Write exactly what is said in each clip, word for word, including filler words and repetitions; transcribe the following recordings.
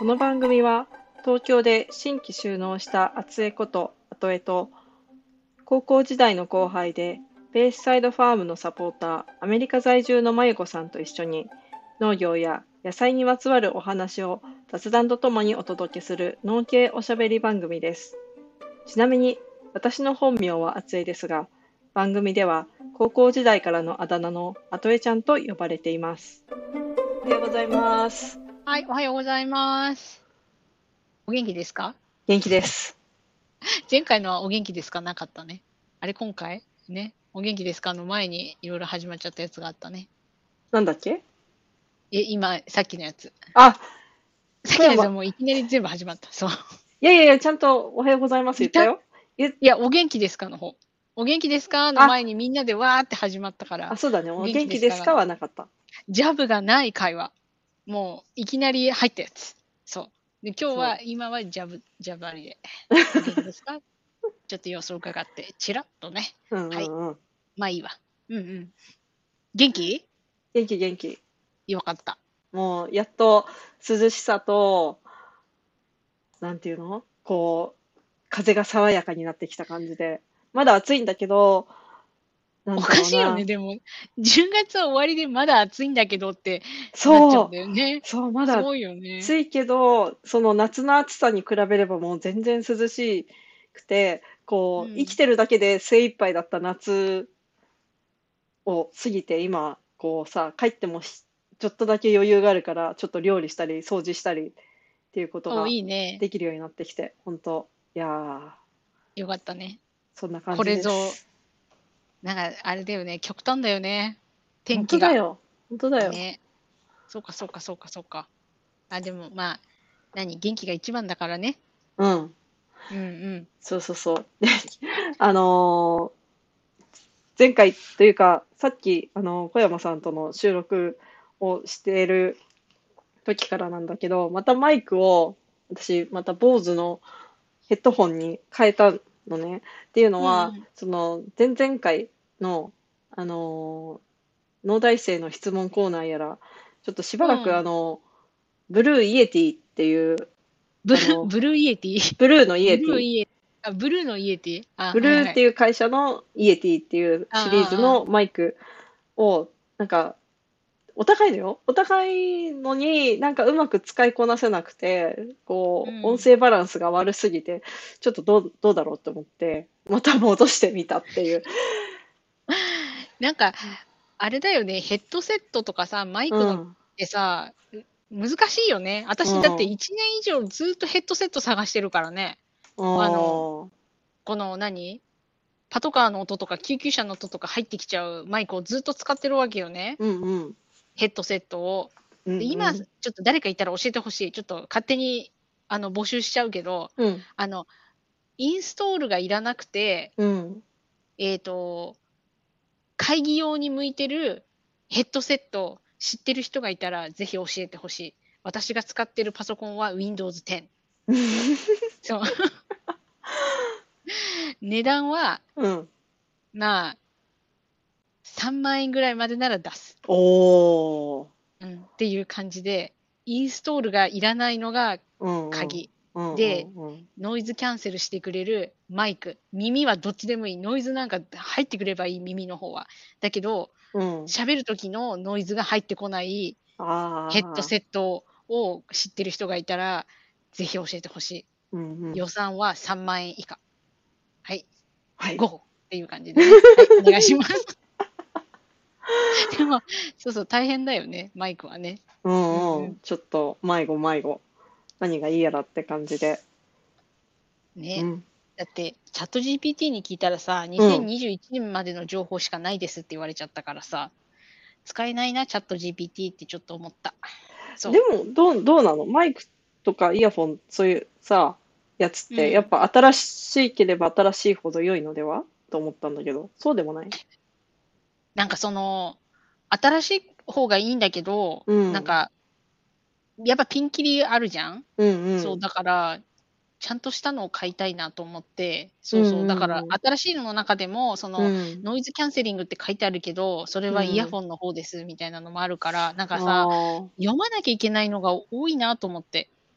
の番組は東京で新規就農した厚江こと後江と高校時代の後輩でベイサイドファームのサポーター、アメリカ在住のまゆこさんと一緒に農業や野菜にまつわるお話を雑談とともにお届けする農系おしゃべり番組です。ちなみに私の本名は厚江ですが、番組では高校時代からのあだ名の後江ちゃんと呼ばれています。おはようございます。 はい、おはようございます。お元気ですか？ 元気です。 前回のはお元気ですかなかったね。あれ今回ね、お元気ですかの前にいろいろ始まっちゃったやつがあったね。 なんだっけ？ え、今、さっきのやつ。 あ、 さっきのやつはもういきなり全部始まった。そう。 いやいやいや、ちゃんとおはようございます言ったよ。 いや、お元気ですかの方。お元気ですかの前にみんなでわーって始まったから。 あ、そうだね。お元気ですかはなかった。 ジャブがない会話。もういきなり入ったやつ。そう。で今日は、今はジャブ、ジャブありで。お元気ですかちょっと様子を伺って、チラッとね。 うんうんうん、 はい。まあいいわ。うんうん。元気？ 元気元気。 よかった。 もう、やっと涼しさと、なんていうのこう、風が爽やかになってきた感じで。まだ暑いんだけど、 おかしいよね、でも。じゅうがつは終わりでまだ暑いんだけどってなっちゃうんだよね。 そう、まだそうよね。 暑いけど、その夏の暑さに比べればもう全然涼しくて、こう、 うん、 生きてるだけで精一杯だった夏を過ぎて、今、こうさ、帰ってもちょっとだけ余裕があるから、ちょっと料理したり、掃除したりっていうことお、 がいいね。 できるようになってきて、本当いやー、 よかったね。 そんな感こじです。 れぞ、なんかあれだよね、極端だよね。天本気が。 当だよ。本当だよ。 ね。そうかそうかそうかそうか。あ、でもまあ、何、元気が一番だからね。 うん。 うんうん。 そうそうそう。で、あのー前回というか、さっき、あの、小山さんとの収録をしている時からなんだけど、またマイクを、私、また坊主のヘッドホンに変えたのね。っていうのは、 うんうん、 その、前々回の、あのー、農大生の質問コーナーやら、ちょっとしばらく、あうん、 の、ブルーイエティっていう、 ブあの、 ブルーイエティブルーのイブエティ、 ルーイエティあ、ブルーのイエティあ、 ブルはいはい。 ーっていう会社のイエティっていうあシリーズあ、あのマイクを、なんか、お高いのよ。お高いのになんかうまく使いこなせなくて、こう、音うん。 声バランスが悪すぎて、ちょっとどう、どうだろうって思って、また戻してみたっていう。 なんか、あれだよね、ヘッドセットとかさ、マイクのっうん。 てさ、難しいよね。 う私だってん。 いちねん以上ずっとヘッドセット探してるからね。あの、 あこの何パトカーの音とか救急車の音とか入ってきちゃうマイクをずっと使ってるわけよね。 うんうん。 ヘッドセットを。 うんで、今、ちうん。 ょっと誰かいたら教えてほしい。ちょっと勝手にあの募集しちゃうけど、 うん。 あの、インストールがいらなくて、 うん。 えっ、と、会議用に向いてるヘッドセット知ってる人がいたらぜひ教えてほしい。私が使ってるパソコンは ウィンドウズテン。そう。値段は、 うん。 まあ、さんまん円ぐらいまでなら出す。 おー。 うん、っていう感じで、インストールがいらないのがうんうん。 鍵。 うんうで、 んうん。 ノイズキャンセルしてくれるマイク。耳はどっちでもいい。ノイズなんか入ってくればいい、耳の方は。だけど、 うん。 喋る時のノイズが入ってこないヘッドああ。 セットを知ってる人がいたら、ぜひ教えてほしい。 うんうん。 予算はさんまん円以下。はい。 はい。 ゴーっていう感じでね。はい、お願いします。でも、そうそう、大変だよね、マイクはね。 ううんんうん。 うん。 ちょっと迷子迷子。何がいいやらって感じで。うね。 ん。 だって、チャット ジーピーティー に聞いたらさ、 うん。 にせんにじゅういちねんまでの情報しかないですって言われちゃったからさ、使えないな、チャット ジーピーティー ってちょっと思った。そでも、どう、どうなのマイクとかイヤホン、そういうさ、やつっう。うて、やっん。 ぱ新しければ新しいほど良いのではと思ったんだけど、そうでもない？ なんかその、新しい方がいいんだけど、 うん。 なんか、やっぱピンキリあるじゃん。 うんうそう、 ん。 だから、ちゃんとしたのを買いたいなと思って、 うんそうそう、だからうん新しいのの中でも、そうん。 の、 うん。 ノイズキャンセリングって書いてあるけど、それはイヤうん。 フォンの方ですみたいなのもあるから、なんかさ、 ああ。 読まなきゃいけないのが多いなと思って。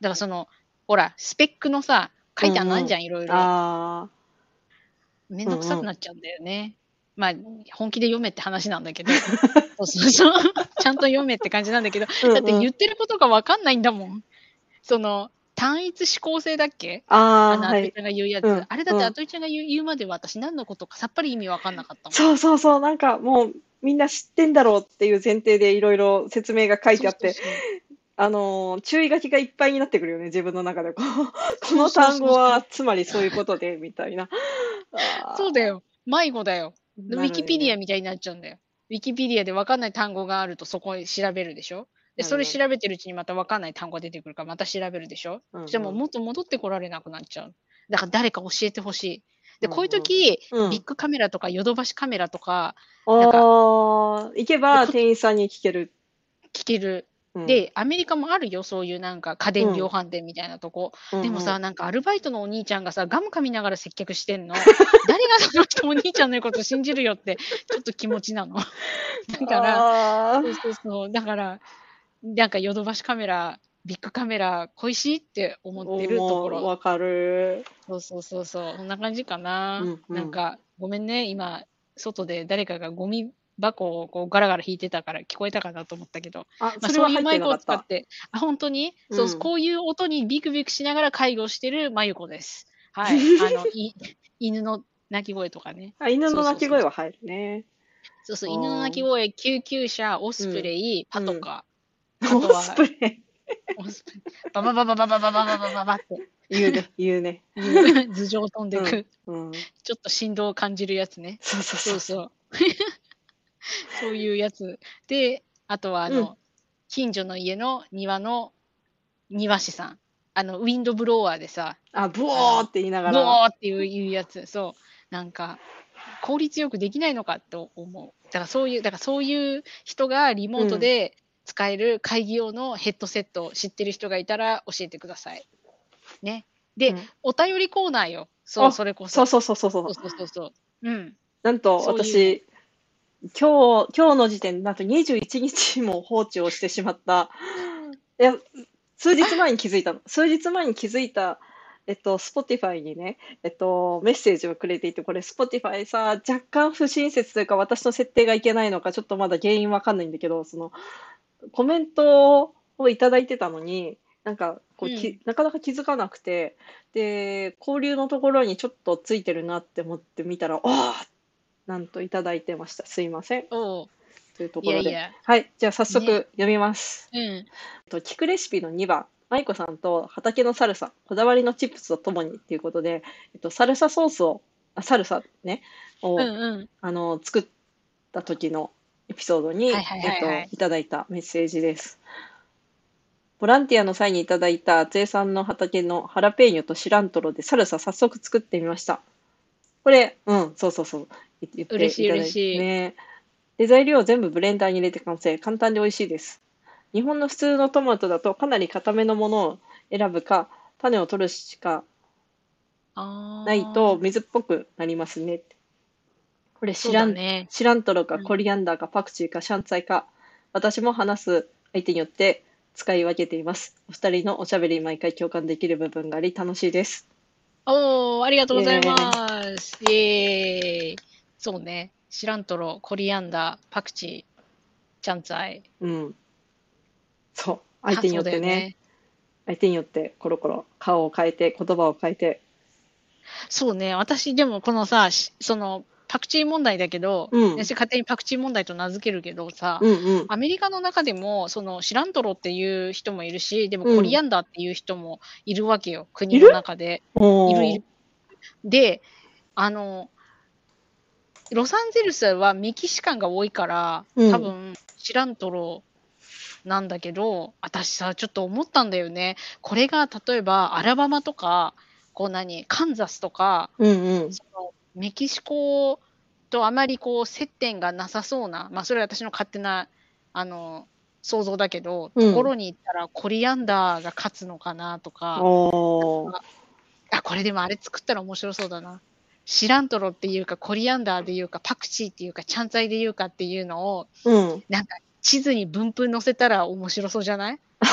だからその、ほら、スペックのさ、書いてあるのあんじゃん、いろいろ。 ああ。 めんどくさくなっちゃうんだよね。まあ、本気で読めって話なんだけど。そうそうそう。ちゃんと読めって感じなんだけど、 うんうんだって言ってることがわかんないんだもん。その、単一指向性だっけああ、 あの、あはい。 といちゃんが言うやつ。 うんあれだってうんあといちゃんが言う言うまでは私何のことかさっぱり意味わかんなかったもん。 そうそうそう、なんかもうみんな知ってんだろうっていう前提でいろいろ説明が書いてあって、 そうそうそうあのー注意書きがいっぱいになってくるよね、自分の中で。こうこのそうそうそう単語はつまりそういうことで、みたいな。あそうだよ。迷子だよ。 ーウィキペディアなるね。 みたいになっちゃうんだよ。ウィキペディアで分かんない単語があるとそこへ調べるでしょ。で、それなるなる。 調べてるうちにまた分かんない単語が出てくるからまた調べるでしょ。 うんそしたらもううん。 元戻ってこられなくなっちゃう。だから誰か教えてほしい。で、こういううんうん。 時、 うん。 ビッグカメラとかヨドバシカメラとか、なんか、 ああ、行けで、こば店員さんに聞ける。 聞ける。 うん。 で、アメリカもあるよ、そういうなんか家電量うん。 販店みたいなとこ。 うんうん。 でもさ、なんかアルバイトのお兄ちゃんがさ、ガム噛みながら接客してんの。誰がその人お兄ちゃんの言うこと信じるよって、ちょっと気持ちなの。だから、 あそうそうそう、だから、なんかヨドバシカメラ、ビッグカメラ恋しいって思あ、 ってるとこもう、 ろ。 わかる。 そうそうそうそう、そんな感じかな。 うんうん。 なんか、ごめんね、今、外で誰かがゴミ箱をこうガラガラ引いてたから聞こえたかなと思ったけど、 あ、 まあ、 それは入ってそういうマイクをなかった。 使って、あ、本当にそう、 うん。 こういう音にビクビクしながら介護してるまゆこです。はい。あの、い犬の鳴き声とかね。 あ、犬の鳴そうそうそう。 き声は入るね。 そうそう、犬の鳴きああ、 声、救急車、オスプうん、 レイ、パトうん。 カー。あとオスは、 プレイ。 オスプレイ、バババババババババババババって言うね、言うね。 いう、頭上飛んでうん、 く。 うん。 ちょっと振動を感じるやつね。 そうそうそうそそうそう。そういうやつ。で、あとはあう。うん。 の、近所の家の庭の庭師さん。あの、ウィンドブロワーでさ、 あ、ブあの、 オーって言いながら。 ボーっていういうやつ。そう。なんか、効率よくできないのかと思う。だからそういう、だからそういう人がリモートうん、 で使える会議用のヘッドセットを知ってる人がいたら教えてください。ね。で、 うん。 お便りコーナーよ。そう、 あ、 それこそ。 そうそうそうそうそう。 そうそうそうそう。うん。 なんと、 そういうの。 私、今日、今日の時点で、なんとにじゅういちにちも放置をしてしまった。いや、数日前に気づいたの。数日前に気づいた、えっと、Spotify にね、えっと、メッセージをくれていて、これ Spotify さ、若干不親切というか、私の設定がいけないのか、ちょっとまだ原因わかんないんだけど、その、コメントをいただいてたのに、なんか、こう、き、 うん。 なかなか気づかなくて、で、交流のところにちょっとついてるなって思ってみたら、ああ、なんといただいてました。すいません。 おう。 というところで。 いやいや。 はい。じゃあ早ね。 速読みます。 うん。 えっと、聞くレシピのにばん、舞子さんと畑のサルサ、こだわりのチップスとともにっていうことで、えっと、サルサソースを、あ、サルサね、を、 うんうん。 あの、作った時のエピソードに、 はいはいえっと、 はいはい。 いただいたメッセージです。ボランティアの際にいただいた厚江さんの畑のハラペーニョとシラントロでサルサ早速作ってみました。これ、うん、そうそうそう、言って嬉しいいただいて嬉しい。 ね。で、材料を全部ブレンダーに入れて完成。簡単で美味しいです。日本の普通のトマトだとかなり固めのものを選ぶか、種を取るしかないとああ、 水っぽくなりますね。これそうシラン、 だね。 シラントロかうん。 コリアンダーかパクチーかシャンツァイか、私も話す相手によって使い分けています。お二人のおしゃべりに毎回共感できる部分があり楽しいです。 おー、ありがとうイございエーイ。 ます。イエーイ。そうね。シラントロ、コリアンダー、パクチー、チャンツァイ。 うん。そう。相あ、 手にそうよってね、 だよね。 相手によってコロコロ顔を変えて、言葉を変えて。 そうね。私、でもこのさ、しその、パクチー問題だけど、 うん。 私勝手にパクチー問題と名付けるけどさ、 うんうん。 アメリカの中でも、その、シラントロっていう人もいるし、でもうん。 コリアンダーっていう人もいるわけよ。国いるの中で。いるいる。 おー。 で、あの、ロサンゼルスはメキシカンが多いから、 うん。 多分、シラントロなんだけど、私さ、ちょっと思ったんだよね。これが例えばアラバマとか、こう何、カンザスとか、 うんうん。 そのメキシコとあまりこう接点がなさそうな、まあそれは私の勝手な、あの、想像だけど、とこうん。 ろに行ったらコリアンダーが勝つのかなとか、 おー。 あ、これでもあれ作ったら面白そうだな。シラントロっていうか、コリアンダーでいうか、パクチーっていうか、チャンツァイでいうかっていうのを、 うん。 なんか地図に分布載せたら面白そうじゃない？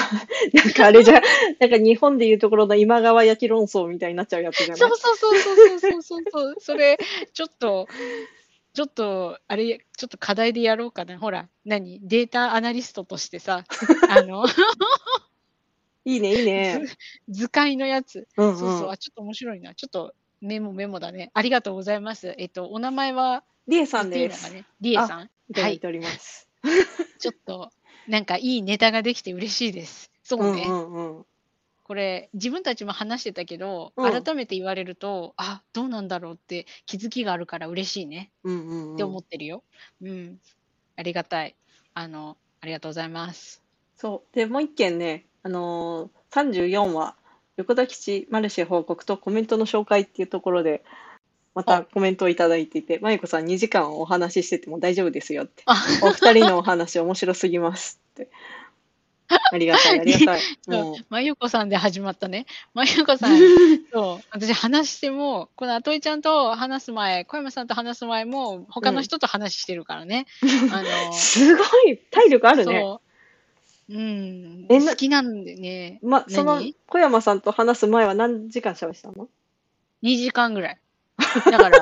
なんかあれじゃ、なんか日本でいうところの今川焼き論争みたいになっちゃうやつじゃない？ そうそうそうそうそうそうそうそう。それ、ちょっと、ちょっと、あれ、ちょっと課題でやろうかな。ほら、何データアナリストとしてさ、あの、 いいね、いい図、 ね。 図解のやつ。 うんそうそう。 うん。 あ、ちょっと面白いな。ちょっとメモメモだね。ありがとうございます。えっと、お名前はりえさ言っていいんです。 のかね。りえあ、 さん。はい。 いただいております。 ちょっと、なんかいいネタができて嬉しいです。そうね。 うんうんうん。 これ、自分たちも話してたけど、 うん。 改めて言われると、あ、どうなんだろうって気づきがあるから嬉しいねうんうんってうん。 思ってるよ。うん。ありがたい。あの、ありがとうございます。 そう。で、もう一件ね、あのー、さんじゅうよんわ、横田基地マルシェ報告とコメントの紹介っていうところで、またお、 コメントをいただいていて、まゆこさんにじかんお話ししてても大丈夫ですよって。 あ、 お二人のお話面白すぎますって。ありがたい、ありがね、 たい。 そう、 もまゆこさんで始まったね。まゆこう。 さん、そう、私話しても、このあといちゃんと話す前、小山さんと話す前も、他のうん。 人と話してるからね。あの、 すごい体力あるね。 そう、うん、 え、 好な、 きなんでね。 ま、その何？ 小山さんと話す前は何時間喋ってたの？ に 時間ぐらい。だから、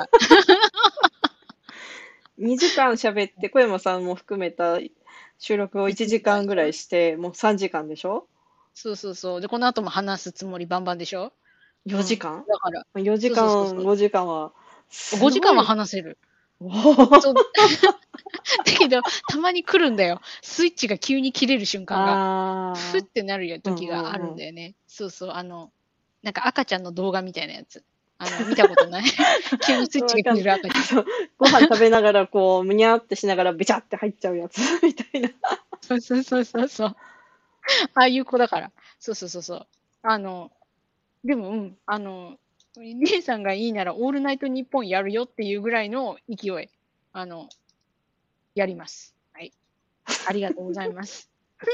に 時間喋って小山さんも含めた収録を1 1 時間ぐらい時間でしょ？ して、もうさんじかんでしょ？ そうそうそう。で、この後も話すつもりバンバンでしょ？うよ 時ん。 間だから、 ?よ 時そうそうそうそ間、 う。 ごじかんは、すごじかんはごい。 話せる。 おー。 そう、だけど、たまに来るんだよ。スイッチが急に切れる瞬間が。ふっあてなるよー、うん時があるうんうん。 んだよね。そうそう、あの、なんか赤ちゃんの動画みたいなやつ。あの、見たことない？急にスイッチが切れわかんない。 る赤ちゃん。 あの、ご飯食べながらこう、むにゃってしながらべちゃって入っちゃうやつみたいな。 そうそうそうそうそう。ああいう子だから。そうそうそうそう。あの、でも、うん、あの、姉さんがいいなら、オールナイトニッポンやるよっていうぐらいの勢い、あの、やります。はい。ありがとうございます。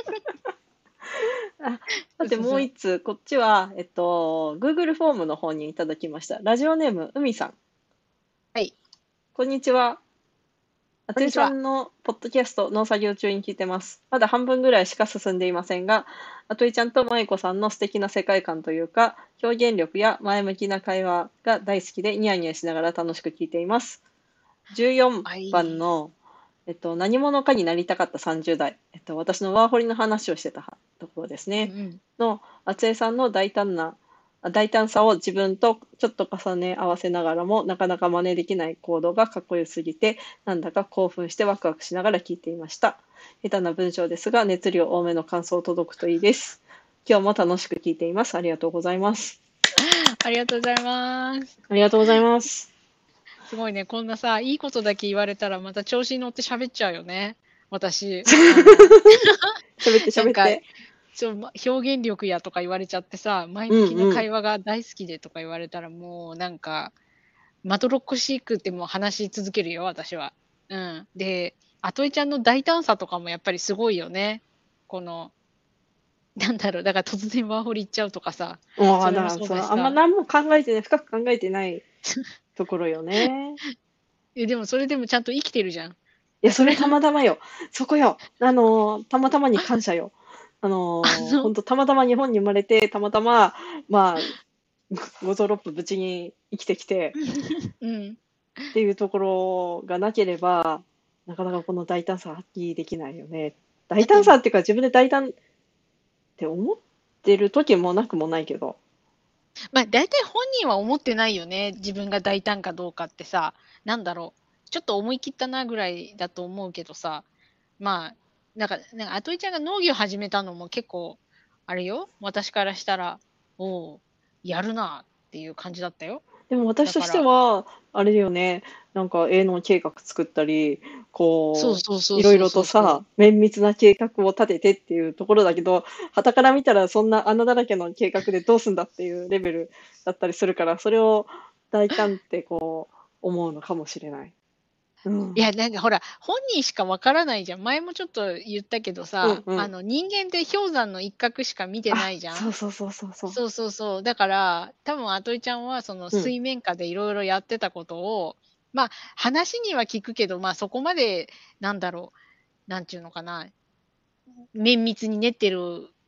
あ、さてそうそうそう。 もう一つ、こっちは、えっと、Google フォームの方にいただきました。ラジオネーム、海さん。 はい。 こんにちは。あつえさこんにちは。 んのポッドキャスト、農作業中に聞いてます。まだ半分ぐらいしか進んでいませんが、あといちゃんとまいこさんの素敵な世界観というか、表現力や前向きな会話が大好きでニヤニヤしながら楽しく聞いています。じゅうよんはい。 ばんの、えっと、何者かになりたかったさんじゅう代、えっと、私のワーホリの話をしてたところですね。 うんうん。 の、あつえさんの大胆な、あ大胆さを自分とちょっと重ね合わせながらも、なかなか真似できない行動がかっこよすぎて、なんだか興奮してワクワクしながら聞いていました。下手な文章ですが、熱量多めの感想届くといいです。今日も楽しく聞いています。ありがとうございます。 ありがとうございます。 ありがとうございます。 すごいね、こんなさ、いいことだけ言われたらまた調子に乗って喋っちゃうよね。私。あの、 喋ってなんか、 喋って。 そう、ま表現力やとか言われちゃってさ、前う向きなんうん。 会話が大好きでとか言われたらもうなんか、まどろっこしくても話し続けるよ、私は。うん。で、あといちゃんの大胆さとかもやっぱりすごいよね。この、なんだろう、だから突然ワーホリ行っちゃうとかさ、 もう、だそれもそうからその、あんまだしさ。 何も考えてない、深く考えてないところよね。 え、でもそれでもちゃんと生きてるじゃん。 いや、 で、それが、 それたまたまよ。そこよ。あの、たまたまに感謝よ。ああの、 の、 本当たまたま日本に生まれて、たまたま、まあ、ごぞろっぷ無事に生きてきてうん。 っていうところがなければ、なかなかこの大胆さ発揮できないよね。大だって、 胆さっていうか自分で大胆って思ってる時もなくもないけど。 まあ、大体本人は思ってないよね。自分が大胆かどうかってさ、なんだろう。ちょっと思い切ったなぐらいだと思うけどさ、まあ、なんか、なんか、あといちゃんが農業始めたのも結構、あれよ。私からしたら、おお、やるなっていう感じだったよ。 でも私としてだから、 は、あれだよね、なんか営農計画作ったり、 そうこう、 そうそうそういろいろそうそう。 とさ、綿密な計画を立ててっていうところだけど、傍から見たらそんな穴だらけの計画でどうすんだっていうレベルだったりするから、それを大胆ってこう、思うのかもしれない。うん。 いや、なんかほら、本人しかわからないじゃん。前もちょっと言ったけどさ、 うんうん。 あの、人間って氷山の一角しか見てなあ、 いじゃん。 そうそうそうそうそう。 そうそうそう。だから、多分あといちゃんはそのうん。 水面下でいろいろやってたことを、まあ、話には聞くけど、まあ、そこまで、なんだろう、なんていうのかな、綿密に練ってる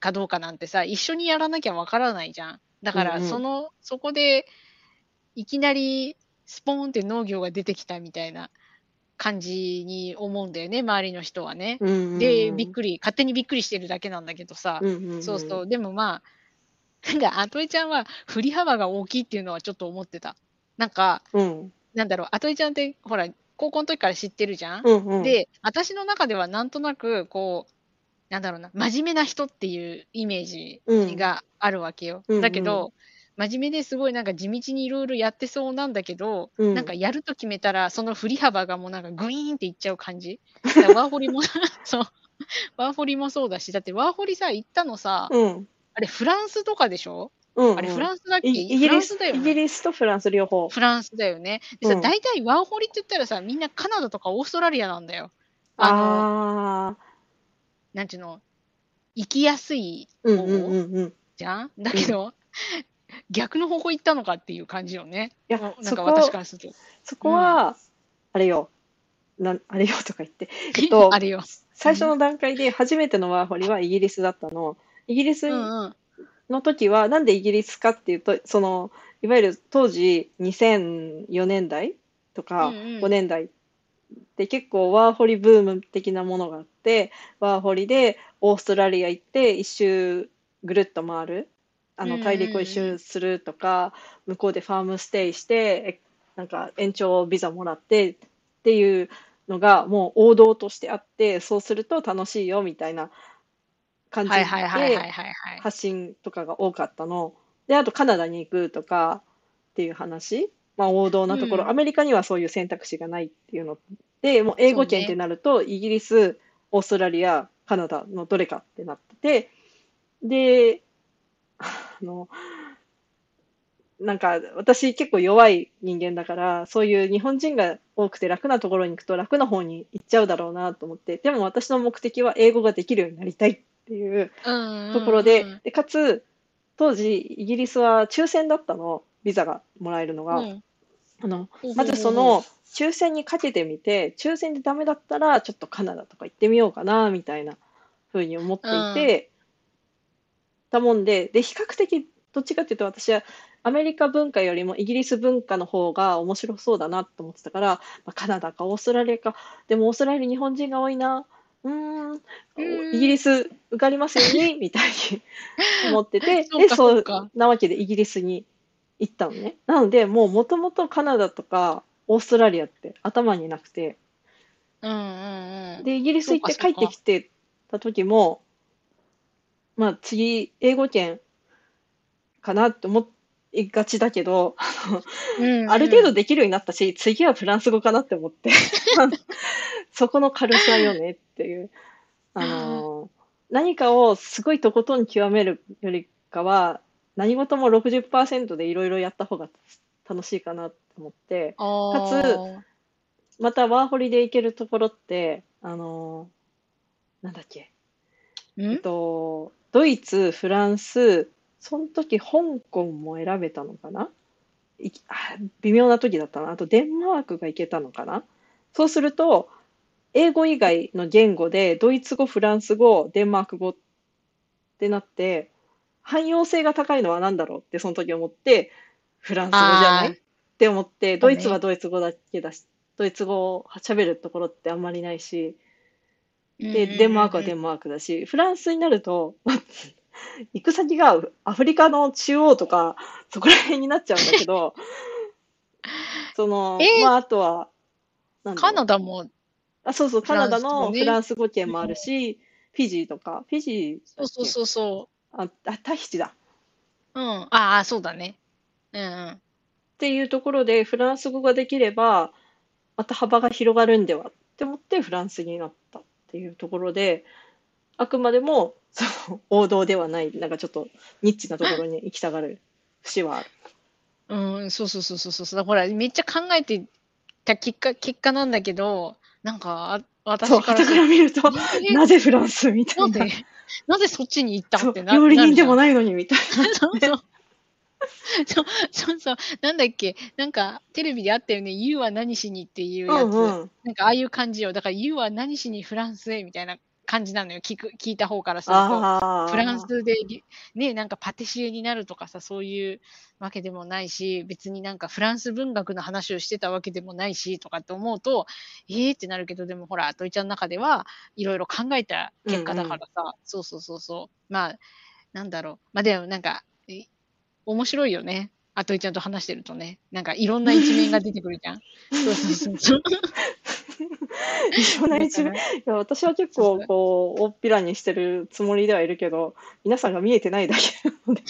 かどうかなんてさ、一緒にやらなきゃわからないじゃん。だから、 うんうんその、そこで、いきなり、スポーンって農業が出てきたみたいな感じに思うんだよね、周りの人はね。 うんうで、 んうんびっくり、勝手にびっくりしてるだけなんだけどさ、 うんうんうん。 そうそう、でもまあ、なんか、アトエちゃんは振り幅が大きいっていうのはちょっと思ってた。なんか、 うんなんだろう、アトエちゃんって、ほら、高校の時から知ってるじゃん。 うんうん。 で、私の中ではなんとなく、こう、なんだろうな、真面目な人っていうイメージうんがあるわけよ。 うんうん。 だけど、真面目ですごいなんか地道にいろいろやってそうなんだけど、なんかうん。 やると決めたら、その振り幅がもうなんかグイーンっていっちゃう感じ。だからワーホリもそう、ワーホリもそうだし、だってワーホリさ、行ったのさ、 うん。 あれフランスとかでしょ？あれうんうん。 フランスだっイけ？フランイギリス、イギスだよね。 リスとフランス両方。 フランスだよね。でさ、 うん。 大体ワーホリって言ったらさ、みんなカナダとかオーストラリアなんだよ。あの、 ああ。 なんていうの、行きやすいうんうん方うんうん。 じゃん？だうん。いけど、逆の方向行ったのかっていう感じよね。 や、 もうなんか私かそこ、 らすると。 そこうん。 は、あれよ。なん、あれよとか言って。えっと、 あれよ。うん。 最初の段階で初めてのワーホリはイギリスだったの。イギリスうんうん。 の時は、なんでイギリスかっていうと、その、いわゆる当時にせんよねんだいとうんかうん。 ごねんだいで結構ワーホリブーム的なものがあって、ワーホリでオーストラリア行って一周ぐるっと回る、あうんの大陸を一うんうん。 周するとか、向こうでファームステイして、えなんか延長ビザもらってっていうのがもう王道としてあって、そうすると楽しいよみたいな感はいじはいはいはでいはいはい。 発信とかが多かったの。で、あとカナダに行くとかっていう話、まあ王道なところ、アうん。 メリカにはそういう選択肢がないっていうので、もう英語圏ってそうね。 なると、イギリス、オーストラリア、カナダのどれかってなってて、で、あの、なんか私結構弱い人間だから、そういう日本人が多くて楽なところに行くと楽な方に行っちゃうだろうなと思って、でも私の目的は英語ができるようになりたいっていううんところで、 うんで、かつ、当時、イギリスは抽選だったの、ビザがもらえるのうん。 が。 うん。 あの、 ほうまほうほうほう。 ずその、抽選にかけてみて、抽選でダメだったら、ちょっとカナダとか行ってみようかな、みたいな風に思っていうん。 て、たもんで、で、比較的、どっちかっていうと私は、アメリカ文化よりもイギリス文化の方が面白そうだなと思ってたから、まあ、カナダかオーストラリアか、でもオーストラリア日本人が多いな、うーん、 うイギーん。 リス受かりますように、みたいに思ってて、で、 そうかそうそうか。 なわけでイギリスに行ったのね。なので、もうもともとカナダとかオーストラリアって頭になくて、 うんうんうん。 で、イギリスそう行って帰ってきかそうか。 てた時も、まあ次、英語圏かなって思いがちだけど、あのうんある程うん。 度できるようになったし、次はフランス語かなって思って、あのそこの軽さよねっていう。あの、何かをすごいとことん極めるよりかは、何事もろくじゅっパーセントでいろいろやった方が楽しいかなと思って、 あかつ、 あ。 またワーホリで行けるところって、あの、なんだっけ、えっん？ と、ドイツ、フランス、その時香港も選べたのかないきあ微妙な時だったな。あとデンマークが行けたのかな。そうすると、英語以外の言語で、ドイツ語、フランス語、デンマーク語ってなって、汎用性が高いのは何だろうってその時思って、フランス語じゃないっああ、 て思って、ドイツはそうね。 ドイツ語だけだし、ドイツ語を喋るところってあんまりないし、 うんうんで、デンマークはうんうん。 デンマークだし、フランスになると、行く先がアフリカの中央とか、そこら辺になっちゃうんだけど、その、まあ、 えー、 あとは、なんだカナろダもう。あ、そうそう、カナダフランス語ね。 のフランス語圏もあうん。 るし、フィジーとか、フィジーだっけそうそうそうそあ、あ、タヒチだ。 う。うん。ああ、そうだね。うんうん。 っていうところで、フランス語ができれば、また幅が広がるんではって思ってフランスになったっていうところで、あくまでも、その王道ではない、なんかちょっとニッチなところに行きたがる節はある。 うん、そうそうそうそうそうそう。ほら、めっちゃ考えてた結果結果なんだけど、なんか、あそう、 私から傍すると、 から見ると、 えなぜフランスみたなぜいな。 なぜそっちに行ったっそう、 てな料理なるじゃん。 人でもないのにみたいな。 そうそね。 う。そうそうそう。なんだっけ、なんかテレビであったよね、ユーは何しにっていううやつ。 んうん。 なんかああいう感じよ。だからユーは何しにフランスへみたいな感じなのよ。聞く、聞いた方からすると。フランああ、 スで、ね、なんかパティシエになるとかさ、そういうわけでもないし、別になんかフランス文学の話をしてたわけでもないし、とかって思うと、ええってなるけど、でもほら、あといちゃんの中ではいろいろ考えた結果だうんうん。 からさ、そうそうそうそう。まあ、なんだろう。まあでもなんか、え面白いよね。あといちゃんと話してるとね。なんかいろんな一面が出てくるじゃん。そうそうそうそう。 一緒な一面。いだから、 や、私は結構そうそう。 こう、大っぴらにしてるつもりではいるけど、皆さんが見えてないだけなので。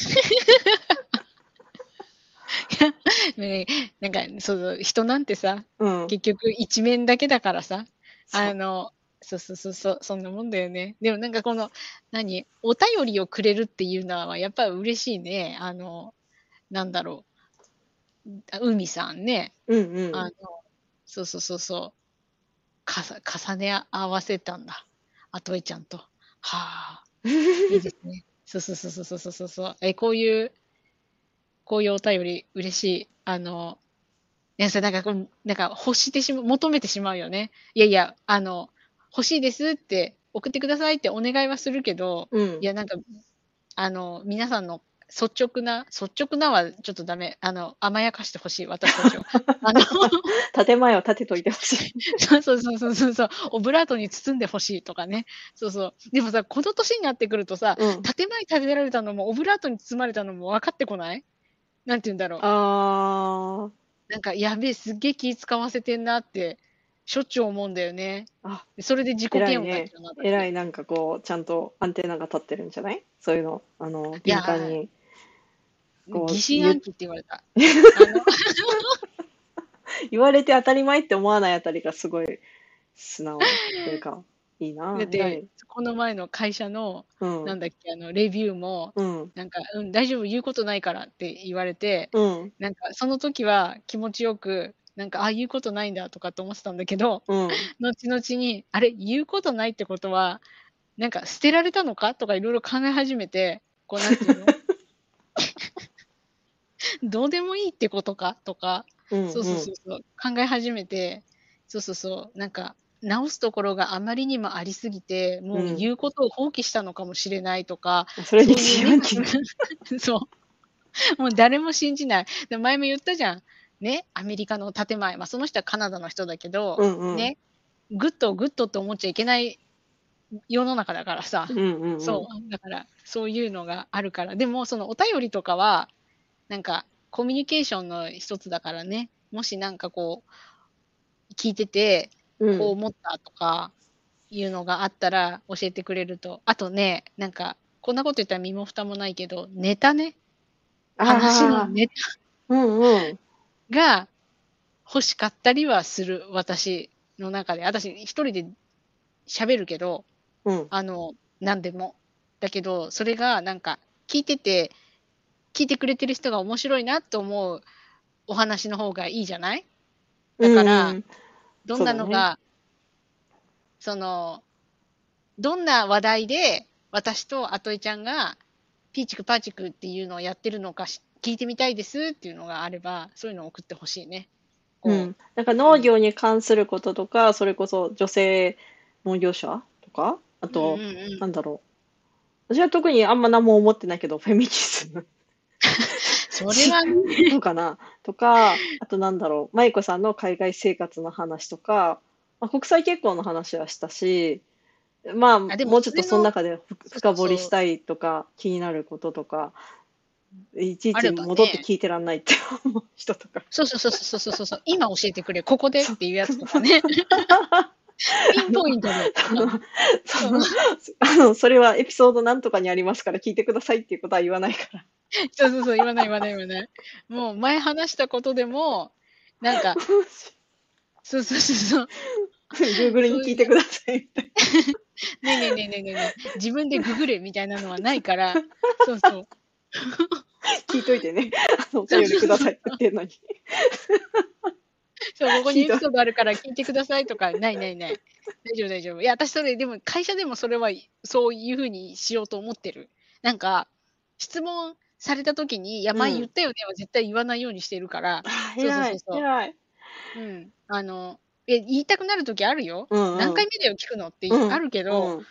ね、なんか、そうそう、人なんてさ、 うん。 結局一面だけだからさ、 そう。 あの、そうそうそうそう、そんなもんだよね。でもなんかこの、何、お便りをくれるっていうのはやっぱり嬉しいね。あの、なんだろう、あ海さんね、 うんうん。 あの、そうそうそうそう、かさ重ね合わせたんだ。あとえちゃんと。はあ、いいですね。そうそうそうそうそうそうそう。え、こういうこういうお便り嬉しい。あの、ね、それなんかこう、なんか欲してしま求めてしまうよね。いやいや、あの、欲しいですって、送ってくださいってお願いはするけど、 うん。 いやなんか、あの、皆さんの率直な率直なはちょっとダメ。あの、甘やかして欲しい、私たちを。あの、 建前を立てといてほしい。 そうそうそうそうそうそう、オブラートに包んで欲しいとかね。そうそう。でもさ、この年になってくるとさ、 うん。 建前立てられたのも、オブラートに包まれたのも分かってこない？なんて言うんだろう。 あなんか、やべえ、すっげえ気使わせてんなって、しょっちゅう思うんだよね。 あ、あ、 で、それで自己嫌悪になっ偉いね。 ちゃうな、私。 偉い、なんかこう、ちゃんとアンテナが立ってるんじゃない？そういうの、あの、 いや敏感に、 ー、疑こう、言う、 心暗鬼って言われた。あの、 言われて当たり前って思わないあたりがすごい素直というか、いいな、 だって、 偉い。 この前の会社の、 うん、 なんだっけ、あの、レビューも、 うん、 なんか、うん、大丈夫、言うことないからって言われて、 うん、 なんか、その時は気持ちよく、なんか、あ、言うことないんだとかって思ってたんだけど、 うん。 後々に、あれ、言うことないってことは、なんか捨てられたのかとかいろいろ考え始めて、こうなんていうのどうでもいいってことかとか、 うん、 そうそううん。 そうそう、考え始めて、そうそうそう、なんか、直すところがあまりにもありすぎて、もううん。 言うことを放棄したのかもしれないとか、 それにそういうネ自販機。 ガティブそう、もう誰も信じない。で、前も言ったじゃん。ね、アメリカの建前、ま、その人はカナダの人だけど、 うんうん。 ね、グッドグッドって思っちゃいけない世の中だからさ。 うんうんうん。 そう、だから、そういうのがあるから。でも、そのお便りとかは、なんか、コミュニケーションの一つだからね。もしなんかこう、聞いてて、 うん。 こう思ったとかいうのがあったら教えてくれると。あとね、なんか、こんなこと言ったら身も蓋もないけど、ネタね。話のああ、 ネタうんうん。 が欲しかったりはする、私の中で。私一人で喋るけど、 うん。 あの、なんでも。だけど、それがなんか、聞いてて聞いてくれてる人が面白いなと思うお話の方がいいじゃない？ うだから、 んうん。 どんそうだね。 なのが、その、どんな話題で、私とあといちゃんが、ピーチクパーチクっていうのをやってるのかし聞いてみたいですっていうのがあれば、そういうのを送ってほしいね。こうん。なんかう、うん。 農業に関することとか、それこそ女性農業者とか、あうんうと、 んうん。 なんだろう。私は特にあんま何も思ってないけど、フェミニズムしそれはね、 どうかなとか、あとなんだろう、舞子さんの海外生活の話とか、まあ、国際結婚の話はしたし、まあ、 あ、でももうちょっとそれのその中でふそうそ深掘りうそう、 したいとか、気になることとか、いちいあちればね、 戻って聞いてらんないって思う人とか。 そうそうそうそうそうそうそう、今教えてくれ、ここでっそう。 ていうやつとかね、ピあの、 ンポイントでとその、 かね。そう。 その、あの、それはエピソードなんとかにありますから聞いてくださいっていうことは言わないから。 そうそうそう、言わない言わない言わない。もう前話したことでも、なんか、そうそうそうそう、 Google にそういう、 聞いてくださいみたいねえねえねえねえねえねえ、自分でググれみたいなのはないから、そうそう。 な。聞いといてね。あの、おそう便りくださいってそうそうそう。 言ってんのに。 そう、ここにエピ聞いと、 ソードあるから聞いてくださいとか、ないないない。大丈夫大丈夫。いや、私それ、でも会社でもそれは、そういう風にしようと思ってる。なんか、質問された時に、いや、前言っうん。 たよねは絶対言わないようにしてるから、 ああ、 そうそう偉い、 そうそ偉い。 う。うん。あの、え、言いたくなる時あるよ。 うんうん。 何回目だよ聞くのってうん、 あるけど、 うん。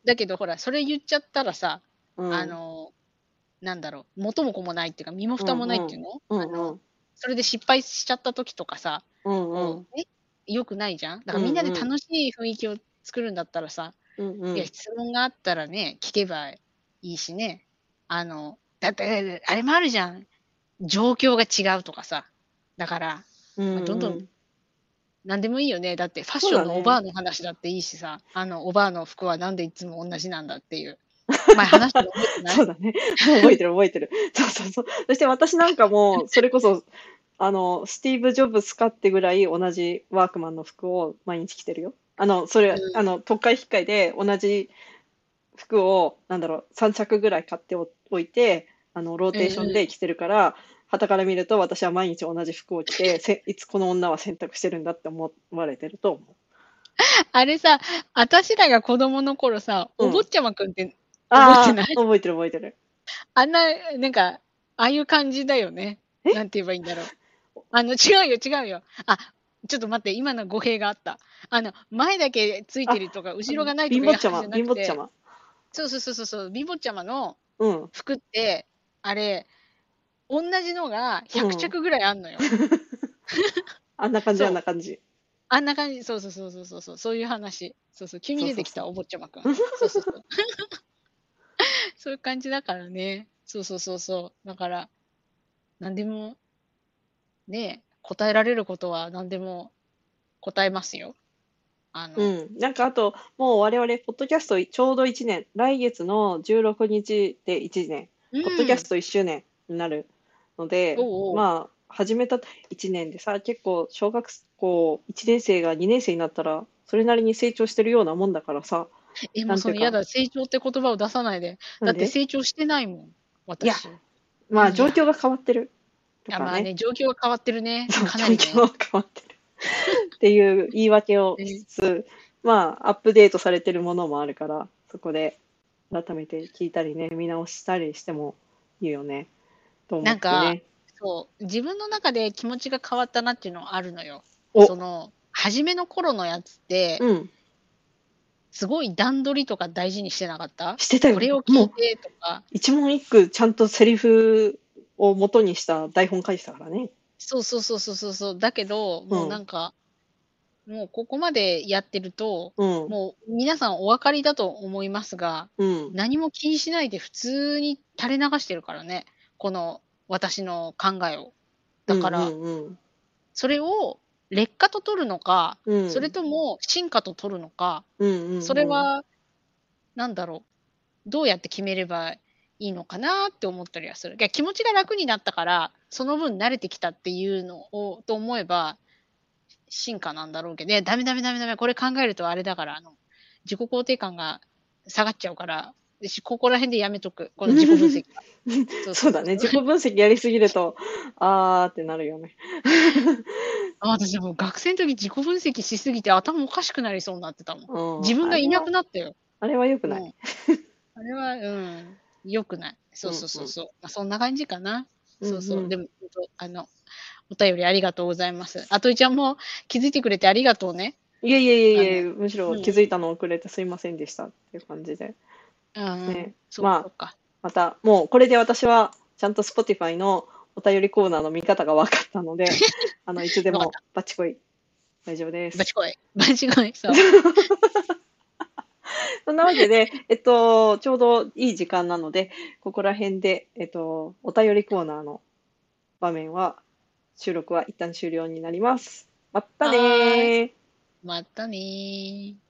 だけどほら、それ言っちゃったらさ、 うん。 あの、なんだろう、元も子もないっていうか、身もうん蓋もないっうん。 ていうの？ うんうあの、 ん。 それで失敗しちゃった時とかさ、 うんうん。 こう、ね、良くないじゃん。だからみんなでうんうん。 楽しい雰囲気を作るんだったらさ、いや、 うんうん。 質問があったらね、聞けばいいしね。あの、だってあれもあるじゃん、状況が違うとかさ。だから、 うま、どんどんんうん。 なんでもいいよね。だってファッそうションのおばだね。 あの話だっていいしさ、あのおばあの服はなんでいつもおんなじなんだっていう。前話したの覚えてない？ そうだね。覚えてる覚えてる。そうそうそう。そして私なんかも、それこそ、あの、スティーブ・ジョブスかってぐらい同じワークマンの服を毎日着てるよ。あの、それ、あうん。 の、特会引っかいで同じ服を、なんだろう、さん着ぐらい買っておおいて、あの、ローうんテーションうん。 で着てるから、傍から見ると私は毎日同じ服を着て、せいつこの女は洗濯してるんだって思われてると思う。 あれさ、あたしらが子供の頃さ、 うん。 お坊ちゃまくんって覚えてああ、 ない？ 覚えてる覚えてる。 あんな、なんか、ああいう感じだよね。 え？ なんて言えばいいんだろう。あの、違うよ違うよ。あ、ちょっと待って、今の語弊があった。あの、前だけついてあ、 るとか、 あの、 後ろがないと貧乏ちゃまかいう話じゃなくて、 貧乏ちゃま。 そうそうそうそうそう、貧乏ちゃまのうん。 服って、あれ、おんなじのがひゃくうん。 着ぐらいあんのよ。 あんな感じあんそう。 な感じ。 あんな感じ、そうそうそうそうそうそう、そういう話。そうそう、急にそうそうそう。 出てきた、お坊ちゃまくん。そうそうそう。そういう感じだからね。そうそうそうそう。だから、なんでも、ね、答えられることは何でも答えますよ。あのうん。なんかあと、もう我々ポッドキャストちょうどいちねん、来月のじゅうろくにちでいちねん、 うん。 ポッドキャストいっしゅうねんになるので、 おうおう。 まあ、始めたいちねんでさ、結構小学校いちねん生がにねん生になったら、それなりに成長してるようなもんだからさ、 え、もうなんていうか、 そのやだ、成長って言葉を出さないで。だってなんで成長してないもん、 いや、 私。 まあいや。 状況が変わってるとあ、 かね。 まあね、状況が変わってるね。 そう、 かなりね。 状況が変わってるっていう言い訳をしね。 つつ、まあ、アップデートされてるものもあるから、そこで改めて聞いたりね、見直したりしてもいいよね、と思なんか、 ってね。 そう、自分の中で気持ちが変わったなっていうのはあるのよ。 お、 その、初めの頃のやつって、 うん、 すごい段取りとか大事にしてなかった？ してたよ。 これを聞もう、 いてとか、 一問一句ちゃんとセリフを元にした台本書いてたからね。 そうそうそうそうそうそう。だけど、もうなうん、 んか、もうここまでやってると、 うん、 もう皆さんお分かりだと思いますが、 うん、 何も気にしないで普通に垂れ流してるからね、この私の考えを。 うん、うだから、 ん、うん、 それを劣化と取るのか、 うん、 それとも進化と取るのか、 うん、うん、うん。 それはなんだろう、どうやって決めればいいのかなって思ったりはする。いや、気持ちが楽になったから、その分慣れてきたっていうのをと思えば、進化なんだろうけど、ね、ダメダメダメダメ、これ考えるとあれだから、あの、自己肯定感が下がっちゃうから、しここら辺でやめとく、この自己分析は。そうそうそうだね、 そうそう。 自己分析やりすぎると、あーってなるよね。 あ、私もう学生の時自己分析しすぎて頭おかしくなりそうになってたもん。 うん、 自分がいなあれはくなったよ。 あれは良くない。 もう、あれは、うん、良くない。そうそううんうん。 そうそう。ま、そんな感じかな。そうそう。 うんうん。 でも、ほんと、あの、お便りありがとうございます。あといちゃんも気づいてくれてありがとうね。 いえいえいあのえいえ、むしろうんうん。 気づいたの遅れてすいませんでしたっていう感じで。 うんうん。 ね。 そっかそまあ、 っか。 また、もうこれで私はちゃんと Spotify のお便りコーナーの見方が分かったので、あの、いつでもわかった。 バチコイ大丈夫です。 バチコイ。バチコイ、そう。 そんなわけで、えっと、ちょうどいい時間なので、ここら辺で、えっと、お便りコーナーの場面は、収録は一旦終了になります。まったねはーい。 ー。 またね。